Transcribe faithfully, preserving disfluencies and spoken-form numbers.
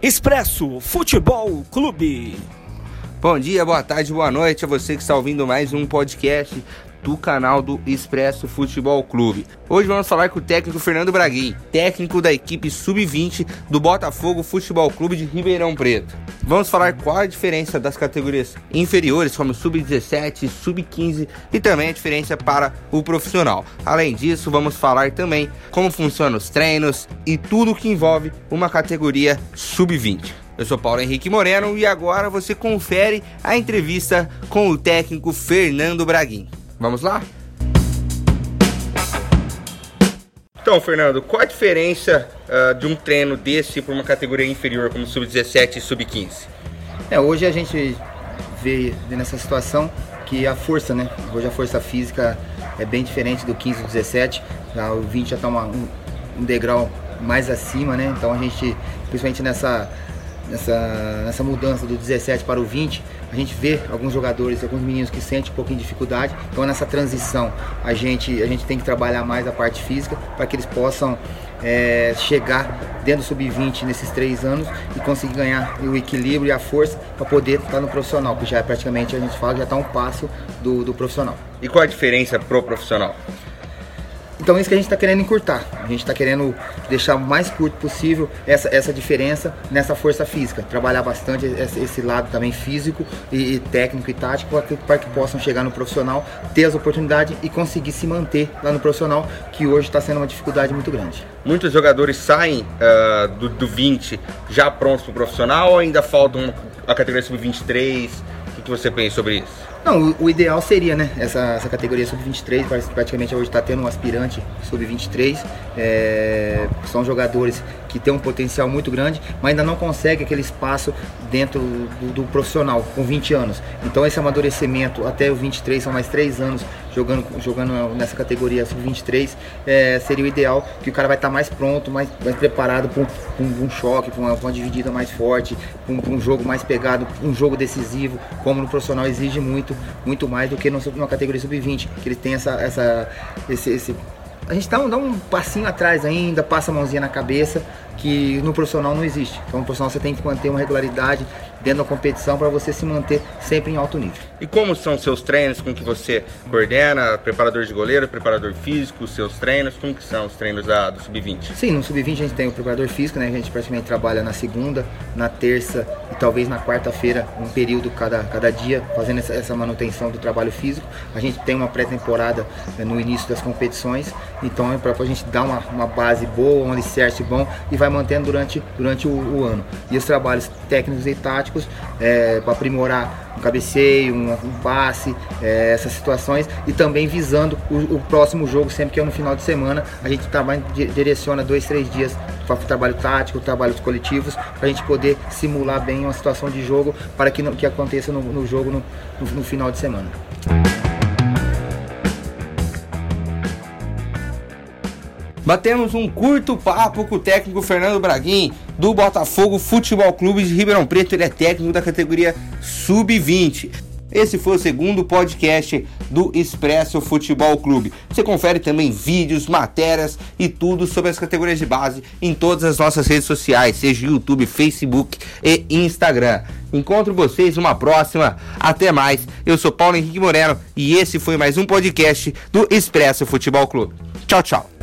Expresso Futebol Clube. Bom dia, boa tarde, boa noite a você que está ouvindo mais um podcast do canal do Expresso Futebol Clube. Hoje vamos falar com o técnico Fernando Braguin, técnico da equipe sub vinte do Botafogo Futebol Clube de Ribeirão Preto. Vamos falar qual a diferença das categorias inferiores, como sub dezessete, sub quinze e também a diferença para o profissional. Além disso, vamos falar também como funcionam os treinos e tudo que envolve uma categoria sub vinte. Eu sou Paulo Henrique Moreno e agora você confere a entrevista com o técnico Fernando Braguin. Vamos lá? Então, Fernando, qual a diferença uh, de um treino desse para uma categoria inferior como sub dezessete e sub quinze? É, hoje a gente vê nessa situação que a força, né? Hoje a força física é bem diferente do quinze e do dezessete. O vinte já está um, um degrau mais acima, né? Então a gente, principalmente nessa... Nessa, nessa mudança do dezessete para o vinte, a gente vê alguns jogadores, alguns meninos que sentem um pouquinho de dificuldade. Então nessa transição a gente, a gente tem que trabalhar mais a parte física para que eles possam é, chegar dentro do sub vinte nesses três anos e conseguir ganhar o equilíbrio e a força para poder estar no profissional, que já é praticamente, a gente fala, já está um passo do, do profissional. E qual a diferença pro profissional? Então isso que a gente está querendo encurtar, a gente está querendo deixar o mais curto possível essa, essa diferença nessa força física, trabalhar bastante esse, esse lado também físico e, e técnico e tático para que, para que possam chegar no profissional, ter as oportunidades e conseguir se manter lá no profissional, que hoje está sendo uma dificuldade muito grande. Muitos jogadores saem uh, do, do vinte já prontos para o profissional ou ainda falta uma, a categoria sub vinte e três? O que você pensa sobre isso? Não, o, o ideal seria, né, essa, essa categoria sub vinte e três, praticamente hoje está tendo um aspirante sub vinte e três, é, são jogadores que têm um potencial muito grande, mas ainda não conseguem aquele espaço dentro do, do profissional, com vinte anos. Então esse amadurecimento até o vinte e três, são mais três anos jogando, jogando nessa categoria sub vinte e três, é, seria o ideal, que o cara vai estar tá mais pronto, mais, mais preparado para um, um choque, para uma, uma dividida mais forte, para um, um jogo mais pegado, um jogo decisivo, como no profissional exige muito, muito mais do que numa categoria sub vinte, que ele tem essa, essa, esse, esse... A gente dá um, dá um passinho atrás ainda, passa a mãozinha na cabeça, que no profissional não existe. Então no profissional você tem que manter uma regularidade dentro da competição para você se manter sempre em alto nível. E como são seus treinos, com que você coordena, preparador de goleiro, preparador físico, seus treinos, como que são os treinos da, do sub vinte? Sim, no sub vinte a gente tem o preparador físico, né? A gente praticamente trabalha na segunda, na terça e talvez na quarta-feira, um período cada, cada dia, fazendo essa, essa manutenção do trabalho físico. A gente tem uma pré-temporada, né, no início das competições, então é para a gente dar uma, uma base boa, um alicerce bom e vai mantendo durante, durante o, o ano. E os trabalhos técnicos e táticos é, para aprimorar um cabeceio, um, um passe, é, essas situações, e também visando o, o próximo jogo, sempre que é no final de semana, a gente trabalha, direciona dois, três dias para o trabalho tático, trabalhos coletivos, para a gente poder simular bem uma situação de jogo para que, no, que aconteça no, no jogo no, no, no final de semana. Batemos um curto papo com o técnico Fernando Braguin, do Botafogo Futebol Clube de Ribeirão Preto. Ele é técnico da categoria sub vinte. Esse foi o segundo podcast do Expresso Futebol Clube. Você confere também vídeos, matérias e tudo sobre as categorias de base em todas as nossas redes sociais, seja YouTube, Facebook e Instagram. Encontro vocês numa próxima. Até mais. Eu sou Paulo Henrique Moreno e esse foi mais um podcast do Expresso Futebol Clube. Tchau, tchau.